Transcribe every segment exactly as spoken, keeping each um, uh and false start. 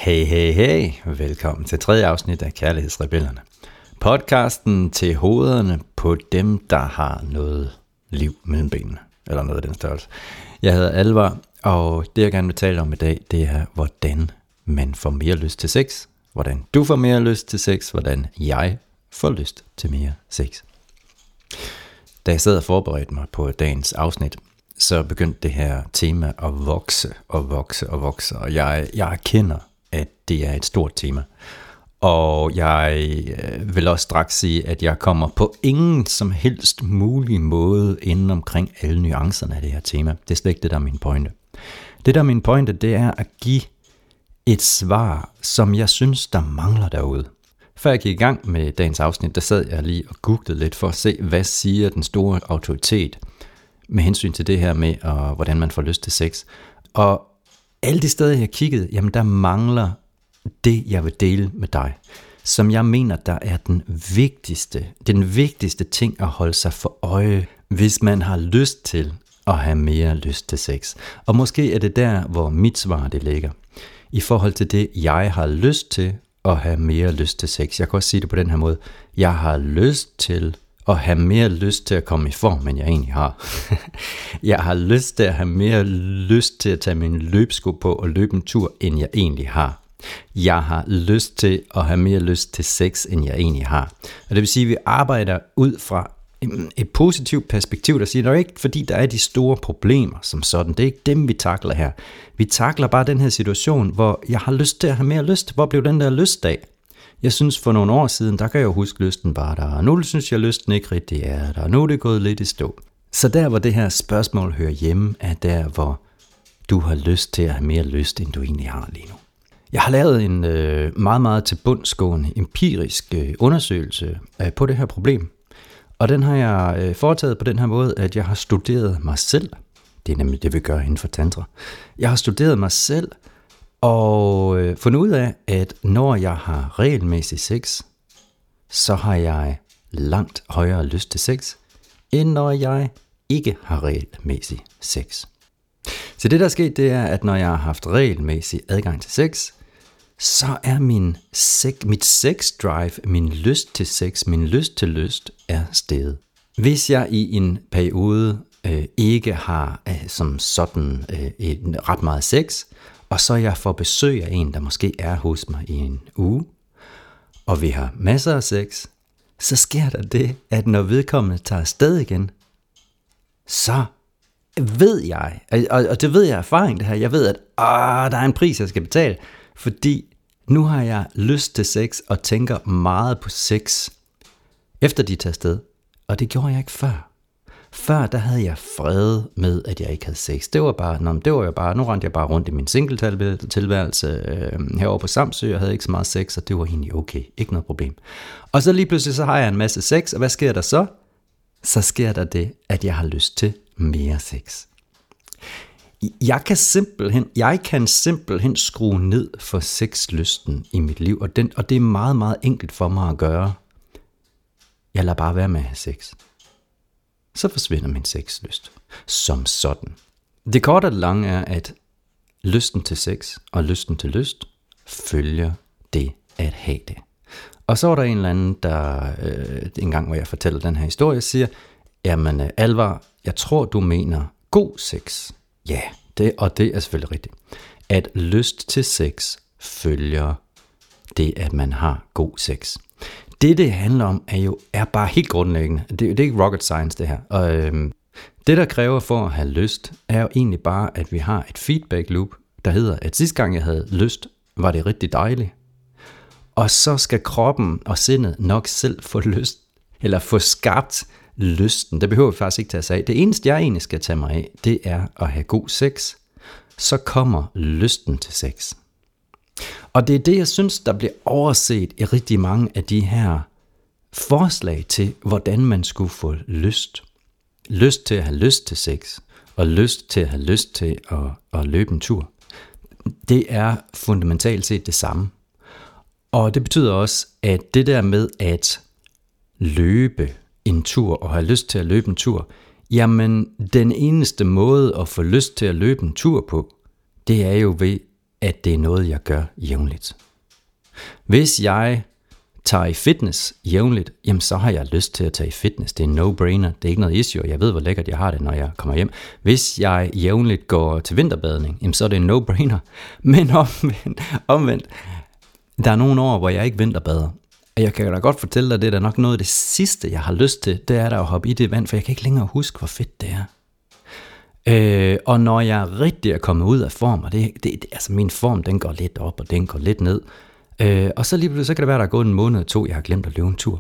Hey, hey, hey. Velkommen til tredje afsnit af Kærlighedsrebellerne. Podcasten til hovederne på dem, der har noget liv mellem benene. Eller noget af den størrelse. Jeg hedder Alvar, og det jeg gerne vil tale om i dag, det er, hvordan man får mere lyst til sex. Hvordan du får mere lyst til sex. Hvordan jeg får lyst til mere sex. Da jeg sad og forberedte mig på dagens afsnit, så begyndte det her tema at vokse og vokse og vokse. Og jeg, jeg erkender, at det er et stort tema. Og jeg vil også straks sige, at jeg kommer på ingen som helst mulig måde inden omkring alle nuancerne af det her tema. Det er slet ikke det, der er min pointe. Det, der er min pointe, det er at give et svar, som jeg synes, der mangler derude. Før jeg gik i gang med dagens afsnit, der sad jeg lige og googlede lidt for at se, hvad siger den store autoritet med hensyn til det her med, og hvordan man får lyst til sex. Og alle de steder, jeg kiggede, jamen der mangler det, jeg vil dele med dig, som jeg mener, der er den vigtigste, den vigtigste ting at holde sig for øje, hvis man har lyst til at have mere lyst til sex. Og måske er det der, hvor mit svar det ligger. I forhold til det, jeg har lyst til at have mere lyst til sex. Jeg kan også sige det på den her måde. Jeg har lyst til at have mere lyst til at komme i form, end jeg egentlig har. Jeg har lyst til at have mere lyst til at tage min løbesko på og løbe en tur, end jeg egentlig har. Jeg har lyst til at have mere lyst til sex, end jeg egentlig har. Og det vil sige, at vi arbejder ud fra et positivt perspektiv, der siger, det er ikke fordi, der er de store problemer som sådan. Det er ikke dem, vi takler her. Vi takler bare den her situation, hvor jeg har lyst til at have mere lyst. Hvor blev den der lyst af? Jeg synes for nogle år siden, der kan jeg jo huske lysten bare der. Og nu synes jeg, lysten ikke rigtig er der. Nu er det gået lidt i stå. Så der, hvor det her spørgsmål hører hjemme, er der, hvor du har lyst til at have mere lyst, end du egentlig har lige nu. Jeg har lavet en øh, meget, meget tilbundsgående empirisk øh, undersøgelse øh, på det her problem. Og den har jeg øh, foretaget på den her måde, at jeg har studeret mig selv. Det er nemlig det, vi gør inden for tantra. Jeg har studeret mig selv og øh, fundet ud af, at når jeg har regelmæssig sex, så har jeg langt højere lyst til sex, end når jeg ikke har regelmæssig sex. Så det, der er sket, det er, at når jeg har haft regelmæssig adgang til sex, så er min sex, mit sex drive, min lyst til sex, min lyst til lyst, er steget. Hvis jeg i en periode øh, ikke har øh, som sådan øh, en, ret meget sex, og så jeg får besøg af en, der måske er hos mig i en uge, og vi har masser af sex, så sker der det, at når vedkommende tager afsted igen, så ved jeg, og det ved jeg af erfaring det her, jeg ved, at åh, der er en pris, jeg skal betale, fordi nu har jeg lyst til sex og tænker meget på sex, efter de tager afsted, og det gjorde jeg ikke før. Før der havde jeg fred med, at jeg ikke havde sex. Det var bare, nå, det var jo bare, nu rendte jeg bare rundt i min single-tilværelse øh, herovre på Samsø, og havde ikke så meget sex, og det var egentlig okay, ikke noget problem. Og så lige pludselig så har jeg en masse sex, og hvad sker der så? Så sker der det, at jeg har lyst til mere sex. Jeg kan simpelthen, jeg kan simpelthen skrue ned for sexlysten i mit liv, og, den, og det er meget, meget enkelt for mig at gøre. Jeg lader bare være med at have sex. Så forsvinder min sexlyst som sådan. Det korte og det lange er, at lysten til sex og lysten til lyst følger det at have det. Og så er der en eller anden, der øh, en gang, hvor jeg fortæller den her historie, siger, jamen Alvar, jeg tror, du mener god sex. Ja, det, og det er selvfølgelig rigtigt. At lyst til sex følger det, at man har god sex. Det, det handler om, er jo er bare helt grundlæggende. Det, det er ikke rocket science, det her. Og øhm, det, der kræver for at have lyst, er jo egentlig bare, at vi har et feedback loop, der hedder, at sidste gang jeg havde lyst, var det rigtig dejligt. Og så skal kroppen og sindet nok selv få lyst, eller få skabt lysten. Det behøver vi faktisk ikke tage sig af. Det eneste, jeg egentlig skal tage mig af, det er at have god sex. Så kommer lysten til sex. Og det er det, jeg synes, der bliver overset i rigtig mange af de her forslag til, hvordan man skulle få lyst. Lyst til at have lyst til sex, og lyst til at have lyst til at, at løbe en tur. Det er fundamentalt set det samme. Og det betyder også, at det der med at løbe en tur og have lyst til at løbe en tur, jamen den eneste måde at få lyst til at løbe en tur på, det er jo ved at det er noget, jeg gør jævnligt. Hvis jeg tager i fitness jævnligt, jamen så har jeg lyst til at tage i fitness. Det er en no-brainer. Det er ikke noget issue. Jeg ved, hvor lækkert jeg har det, når jeg kommer hjem. Hvis jeg jævnligt går til vinterbadning, jamen så er det en no-brainer. Men omvendt, omvendt, der er nogle år, hvor jeg ikke vinterbader. Og jeg kan da godt fortælle dig, det er da nok noget af det sidste, jeg har lyst til, det er da at hoppe i det vand, for jeg kan ikke længere huske, hvor fedt det er. Øh, og når jeg rigtig er kommet ud af form, og det, det, det, altså min form, den går lidt op, og den går lidt ned, øh, og så lige pludselig, så kan det være, der er gået en måned eller to, jeg har glemt at løbe en tur.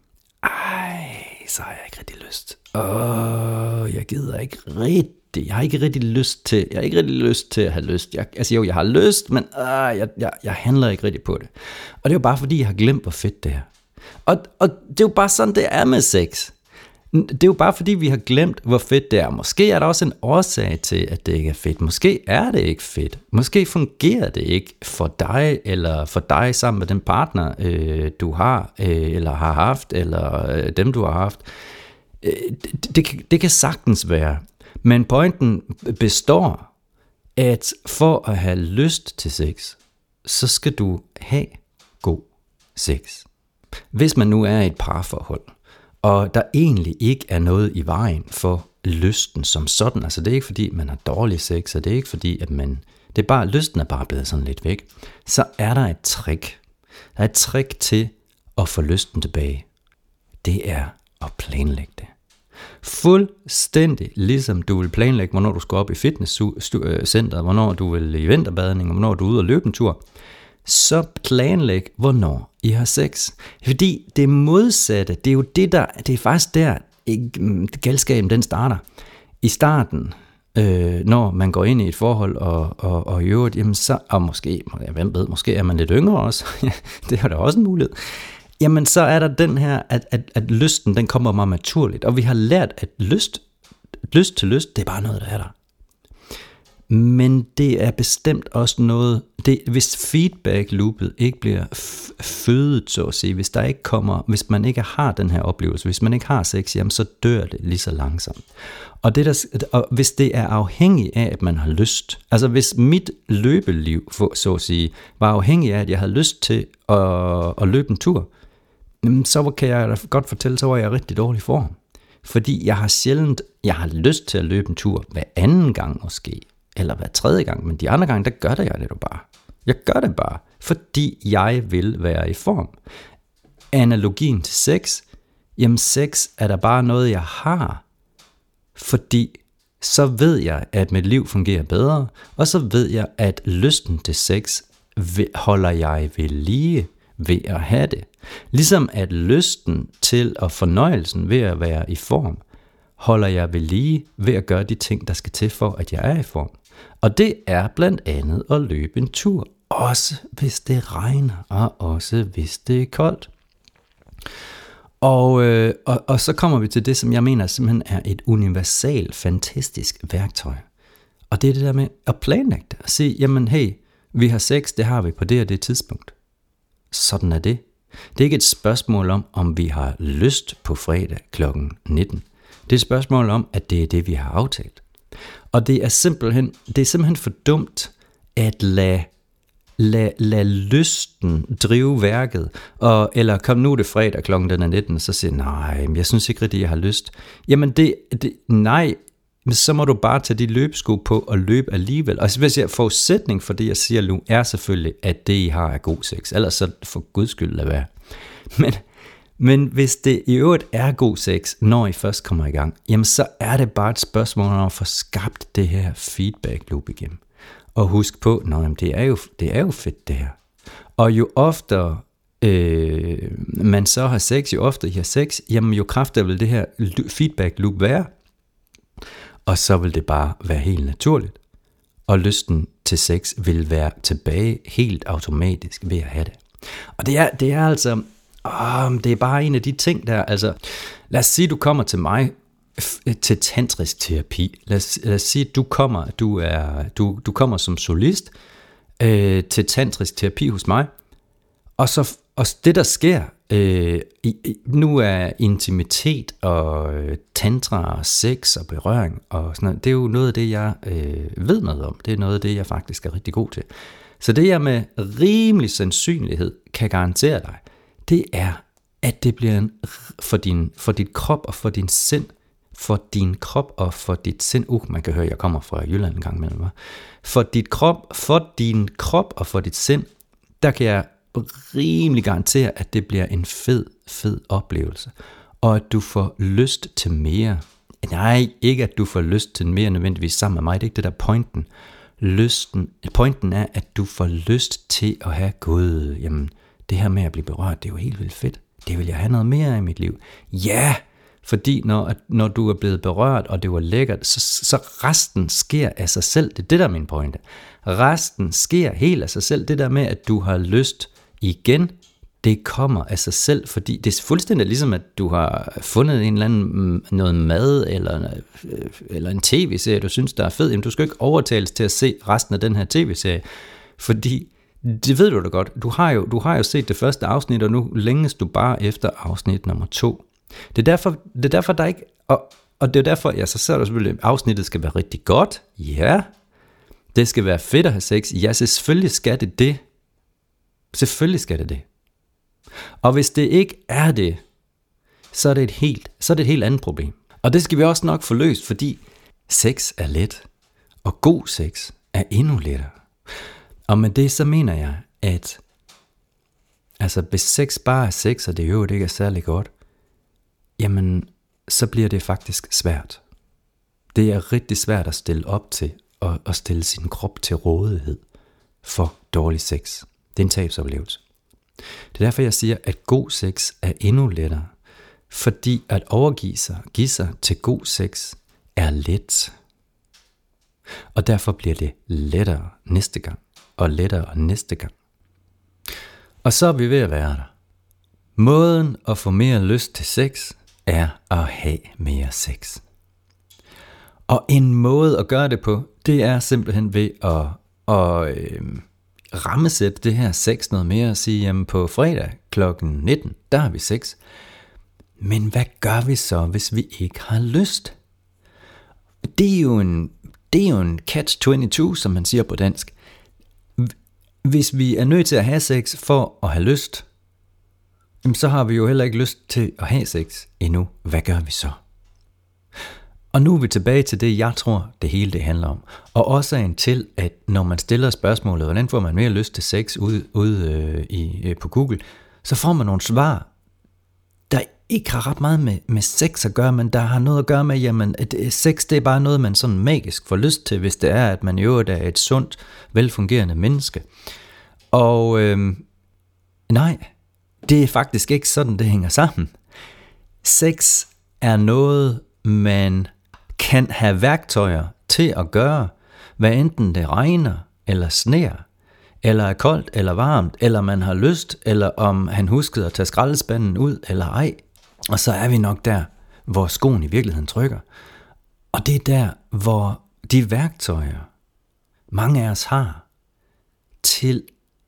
Ej, så har jeg ikke rigtig lyst. Åh, jeg gider ikke rigtig, jeg har ikke rigtig lyst til, jeg har ikke rigtig lyst til at have lyst. Jeg, altså jo, jeg har lyst, men øh, jeg, jeg, jeg handler ikke rigtig på det. Og det er jo bare fordi, jeg har glemt, hvor fedt det er. Og, og det er jo bare sådan, det er med sex. Det er jo bare fordi, vi har glemt, hvor fedt det er. Måske er der også en årsag til, at det ikke er fedt. Måske er det ikke fedt. Måske fungerer det ikke for dig, eller for dig sammen med den partner, øh, du har, øh, eller har haft, eller øh, dem, du har haft. Øh, det, det, det kan sagtens være. Men pointen består, at for at have lyst til sex, så skal du have god sex. Hvis man nu er i et parforhold, og der egentlig ikke er noget i vejen for lysten som sådan, altså det er ikke fordi, man har dårlig sex, og det er ikke fordi, at man, det er bare, lysten er bare blevet sådan lidt væk, så er der et trick. Der er et trick til at få lysten tilbage. Det er at planlægge det. Fuldstændig ligesom du vil planlægge, hvornår du skal op i fitnesscenteret, hvornår du vil i vinterbadning, hvornår du er ude og løbe en tur, så planlæg, hvornår I har sex. Fordi det modsatte, det er jo det der, det er faktisk der, galskaben den starter. I starten, øh, når man går ind i et forhold, og, og, og i øvrigt, jamen så, og måske, hvem ved, måske er man lidt yngre også, det er da også en mulighed, jamen så er der den her, at, at, at lysten, den kommer meget naturligt, og vi har lært, at lyst, lyst til lyst, det er bare noget, der er der. Men det er bestemt også noget, det, hvis feedback-loopet ikke bliver f- fødet, så at sige, hvis der ikke kommer, hvis man ikke har den her oplevelse, hvis man ikke har sex, jamen så dør det lige så langsomt. Og, det der, og hvis det er afhængigt af, at man har lyst, altså hvis mit løbeliv, så at sige, var afhængig af, at jeg havde lyst til at, at løbe en tur, så kan jeg godt fortælle, så var jeg i rigtig dårlig form. Fordi jeg har sjældent, jeg har lyst til at løbe en tur hver anden gang måske, eller hver tredje gang, men de andre gange, der gør det jeg det jo bare. Jeg gør det bare, fordi jeg vil være i form. Analogien til sex, jamen sex er der bare noget, jeg har, fordi så ved jeg, at mit liv fungerer bedre, og så ved jeg, at lysten til sex holder jeg ved lige ved at have det. Ligesom at lysten til og fornøjelsen ved at være i form, holder jeg ved lige ved at gøre de ting, der skal til for, at jeg er i form. Og det er blandt andet at løbe en tur, også hvis det regner, og også hvis det er koldt. Og, øh, og, og så kommer vi til det, som jeg mener simpelthen er et universalt, fantastisk værktøj. Og det er det der med at planlægge det, og sige, jamen hey, vi har sex, det har vi på det og det tidspunkt. Sådan er det. Det er ikke et spørgsmål om, om vi har lyst på fredag klokken nitten. Det er et spørgsmål om, at det er det, vi har aftalt. Og det er simpelthen, det er simpelthen for dumt at lade, lade, lade lysten drive værket. Og, eller kom nu det fredag klokken den er nitten, og så siger nej, jeg synes ikke rigtig, jeg har lyst. Jamen det, det nej, men så må du bare tage de løbesko på og løbe alligevel. Og hvis jeg forudsætning for det, jeg siger nu, er selvfølgelig, at det I har er god sex. Ellers så for guds skyld lad være. Men, men hvis det i øvrigt er god sex, når I først kommer i gang, jamen så er det bare et spørgsmål om at få skabt det her feedback loop igennem. Og husk på, nå, jamen det, er jo, det er jo fedt det her. Og jo oftere øh, man så har sex, jo oftere I har sex, jamen jo kraftigere vil det her feedback loop være. Og så vil det bare være helt naturligt. Og lysten til sex vil være tilbage helt automatisk ved at have det. Og det er, det er altså, åh, det er bare en af de ting der, altså, lad os sige, du kommer til mig f- til tantrisk terapi. Lad os, lad os sige, du kommer, du er, du, du kommer som solist øh, til tantrisk terapi hos mig. Og så og det der sker, øh, i, nu er intimitet og øh, tantra og sex og berøring og sådan noget, det er jo noget af det, jeg øh, ved noget om. Det er noget af det, jeg faktisk er rigtig god til. Så det jeg med rimelig sandsynlighed kan garantere dig, det er, at det bliver en, for, din, for dit krop og for din sind, for din krop og for dit sind, uh, man kan høre, jeg kommer fra Jylland en gang imellem, hva? For dit krop, for din krop og for dit sind, der kan jeg rimelig garantere, at det bliver en fed, fed oplevelse, og at du får lyst til mere. Nej, ikke at du får lyst til mere nødvendigvis sammen med mig, det er ikke det der pointen. Lysten, pointen er, at du får lyst til at have Gud, jamen det her med at blive berørt, det er jo helt vildt fedt. Det vil jeg have noget mere i mit liv. Ja, fordi når, når du er blevet berørt, og det var lækkert, så, så resten sker af sig selv. Det er det, der er min pointe. Resten sker helt af sig selv. Det der med, at du har lyst igen, det kommer af sig selv, fordi det er fuldstændig ligesom, at du har fundet en eller anden noget mad, eller, eller en tv-serie, du synes, der er fed. Jamen, du skal ikke overtales til at se resten af den her tv-serie, fordi det ved du da godt. Du har jo, du har jo set det første afsnit, og nu længes du bare efter afsnit nummer to. Det er derfor, det er derfor der ikke, og, og det er derfor, ja, så ser du selvfølgelig, at afsnittet skal være rigtig godt. Ja, det skal være fedt at have sex. Ja, selvfølgelig skal det det. Selvfølgelig skal det det. Og hvis det ikke er det, så er det et helt, så er det et helt andet problem. Og det skal vi også nok få løst, fordi sex er let, og god sex er endnu lettere. Og med det så mener jeg, at altså hvis sex bare er sex, og det jo ikke er særlig godt, jamen så bliver det faktisk svært. Det er rigtig svært at stille op til, og at stille sin krop til rådighed for dårlig sex. Det er en tabsoplevelse. Det er derfor, jeg siger, at god sex er endnu lettere. Fordi at overgive sig, give sig til god sex, er let. Og derfor bliver det lettere næste gang, og lettere næste gang. Og så er vi ved at være der. Måden at få mere lyst til sex, er at have mere sex. Og en måde at gøre det på, det er simpelthen ved at, at øh, rammesætte det her sex noget mere og sige, jamen på fredag klokken nitten, der har vi sex. Men hvad gør vi så, hvis vi ikke har lyst? Det er jo en, det er jo en catch tyveogtyve, som man siger på dansk. Hvis vi er nødt til at have sex for at have lyst, så har vi jo heller ikke lyst til at have sex endnu. Hvad gør vi så? Og nu er vi tilbage til det, jeg tror, det hele det handler om. Og årsagen til, at når man stiller spørgsmålet, hvordan får man mere lyst til sex ude, ude øh, i, øh, på Google, så får man nogle svar, der ikke har ret meget med, med sex at gøre, men der har noget at gøre med, jamen, at sex det er bare noget, man sådan magisk får lyst til, hvis det er, at man i øvrigt er et sundt, velfungerende menneske. Og øh, nej, det er faktisk ikke sådan, det hænger sammen. Sex er noget, man kan have værktøjer til at gøre, hvad enten det regner, eller sner, eller er koldt, eller varmt, eller man har lyst, eller om han huskede at tage skraldespanden ud, eller ej. Og så er vi nok der, hvor skoen i virkeligheden trykker. Og det er der, hvor de værktøjer, mange af os har, til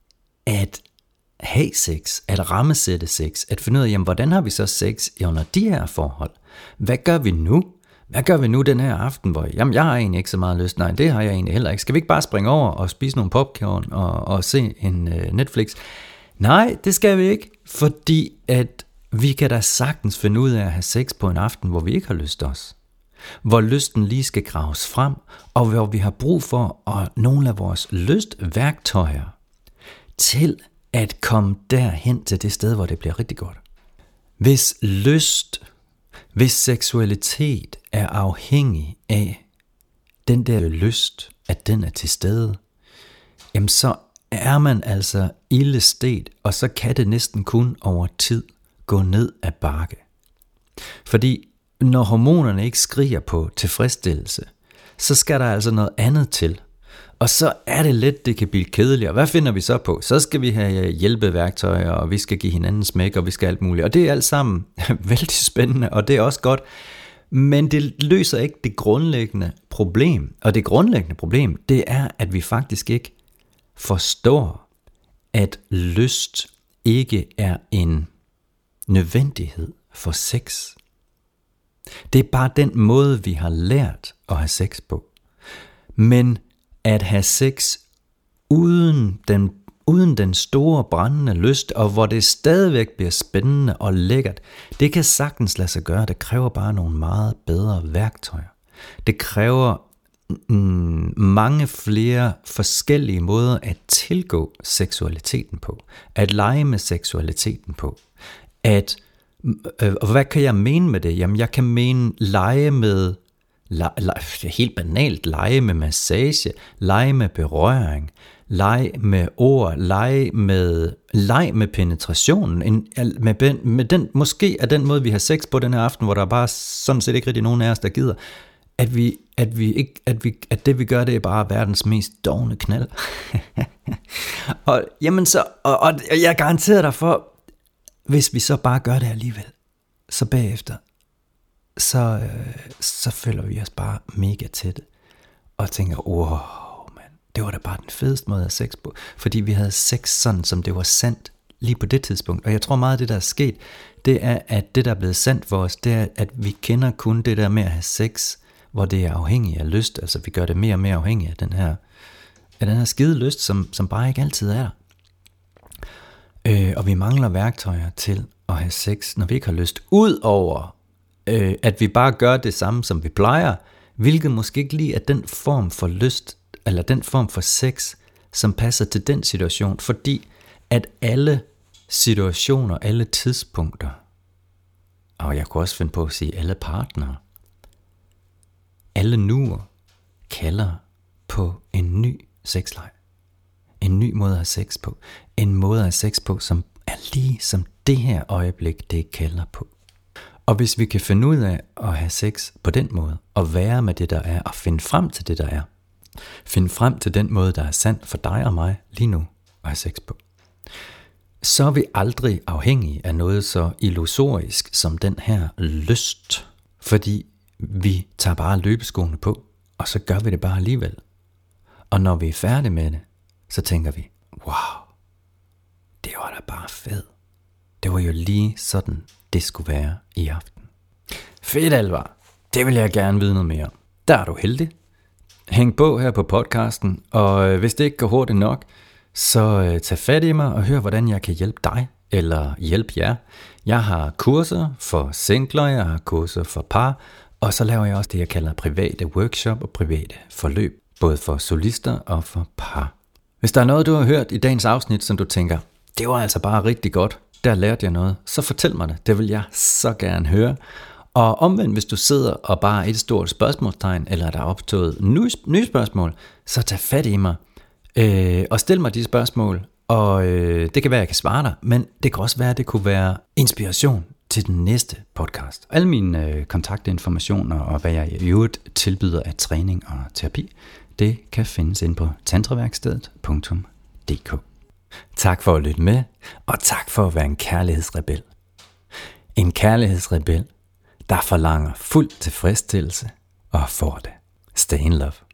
at have sex, at rammesætte sex, at finde ud af, jamen, hvordan har vi så sex under de her forhold? Hvad gør vi nu? Hvad gør vi nu den her aften, hvor jamen, jeg har egentlig ikke så meget lyst? Nej, det har jeg egentlig heller ikke. Skal vi ikke bare springe over og spise nogle popcorn og, og se en uh, Netflix? Nej, det skal vi ikke, fordi at vi kan da sagtens finde ud af at have sex på en aften, hvor vi ikke har lyst os. Hvor lysten lige skal graves frem, og hvor vi har brug for at nogle af vores lystværktøjer til at komme derhen til det sted, hvor det bliver rigtig godt. Hvis lyst, hvis seksualitet er afhængig af den der lyst, at den er til stede, jamen så er man altså ildestet, og så kan det næsten kun over tid gå ned ad bakke. Fordi når hormonerne ikke skriger på tilfredsstillelse, så skal der altså noget andet til. Og så er det let, det kan blive kedeligt. Og hvad finder vi så på? Så skal vi have hjælpeværktøjer, og vi skal give hinanden smæk, og vi skal alt muligt. Og det er alt sammen vældig spændende, og det er også godt. Men det løser ikke det grundlæggende problem. Og det grundlæggende problem, det er, at vi faktisk ikke forstår, at lyst ikke er en nødvendighed for sex. Det er bare den måde, vi har lært at have sex på. Men at have sex uden den, uden den store brændende lyst, og hvor det stadigvæk bliver spændende og lækkert. Det kan sagtens lade sig gøre. Det kræver bare nogle meget bedre værktøjer. Det kræver mm, mange flere forskellige måder at tilgå seksualiteten på. At lege med seksualiteten på. At, øh, og hvad kan jeg mene med det? Jamen, jeg kan mene lege med, le, le, helt banalt, lege med massage, lege med berøring, lege med ord, lege med, lege med penetrationen. En, med, med den, måske er den måde, vi har sex på den her aften, hvor der er bare sådan set ikke rigtig nogen af os, der gider, at, vi, at, vi ikke, at, vi, at det vi gør, det er bare verdens mest dovne knald. og, jamen så, og, og jeg garanterer dig for, hvis vi så bare gør det alligevel, så bagefter, så, øh, så føler vi os bare mega tætte, og tænker, wow, man, det var da bare den fedeste måde at have sex på, fordi vi havde sex sådan, som det var sandt lige på det tidspunkt. Og jeg tror meget, det der er sket, det er, at det der er blevet sandt for os, det er, at vi kender kun det der med at have sex, hvor det er afhængigt af lyst, altså vi gør det mere og mere afhængigt af den her, af den her skide lyst, som, som bare ikke altid er der. Øh, og vi mangler værktøjer til at have sex, når vi ikke har lyst. Udover øh, at vi bare gør det samme, som vi plejer, hvilket måske ikke lige er den form for lyst, eller den form for sex, som passer til den situation. Fordi at alle situationer, alle tidspunkter, og jeg kunne også finde på at sige alle partnere, alle nuer kalder på en ny sexleg. En ny måde at have sex på. En måde at have sex på, som er lige som det her øjeblik, det kalder på. Og hvis vi kan finde ud af at have sex på den måde, og være med det, der er, og finde frem til det, der er, finde frem til den måde, der er sandt for dig og mig lige nu at have sex på, så er vi aldrig afhængige af noget så illusorisk som den her lyst. Fordi vi tager bare løbeskoene på, og så gør vi det bare alligevel. Og når vi er færdige med det, så tænker vi, wow, det var da bare fedt. Det var jo lige sådan, det skulle være i aften. Fedt, Alvar. Det vil jeg gerne vide noget mere om. Der er du heldig. Hæng på her på podcasten, og hvis det ikke går hurtigt nok, så tag fat i mig og hør, hvordan jeg kan hjælpe dig, eller hjælpe jer. Jeg har kurser for singler, jeg har kurser for par, og så laver jeg også det, jeg kalder private workshop og private forløb, både for solister og for par. Hvis der er noget, du har hørt i dagens afsnit, som du tænker, det var altså bare rigtig godt, der lærte jeg noget, så fortæl mig det. Det vil jeg så gerne høre. Og omvendt, hvis du sidder og bare er et stort spørgsmålstegn, eller der er opstået nye, nye spørgsmål, så tag fat i mig øh, og stil mig de spørgsmål. Og øh, det kan være, at jeg kan svare dig, men det kan også være, at det kunne være inspiration til den næste podcast. Alle mine øh, kontaktinformationer og hvad jeg i øvrigt tilbyder af træning og terapi, det kan findes inde på tantraværkstedet punktum d k. Tak for at lytte med, og tak for at være en kærlighedsrebel. En kærlighedsrebel, der forlanger fuld tilfredsstillelse og får det. Stay in love.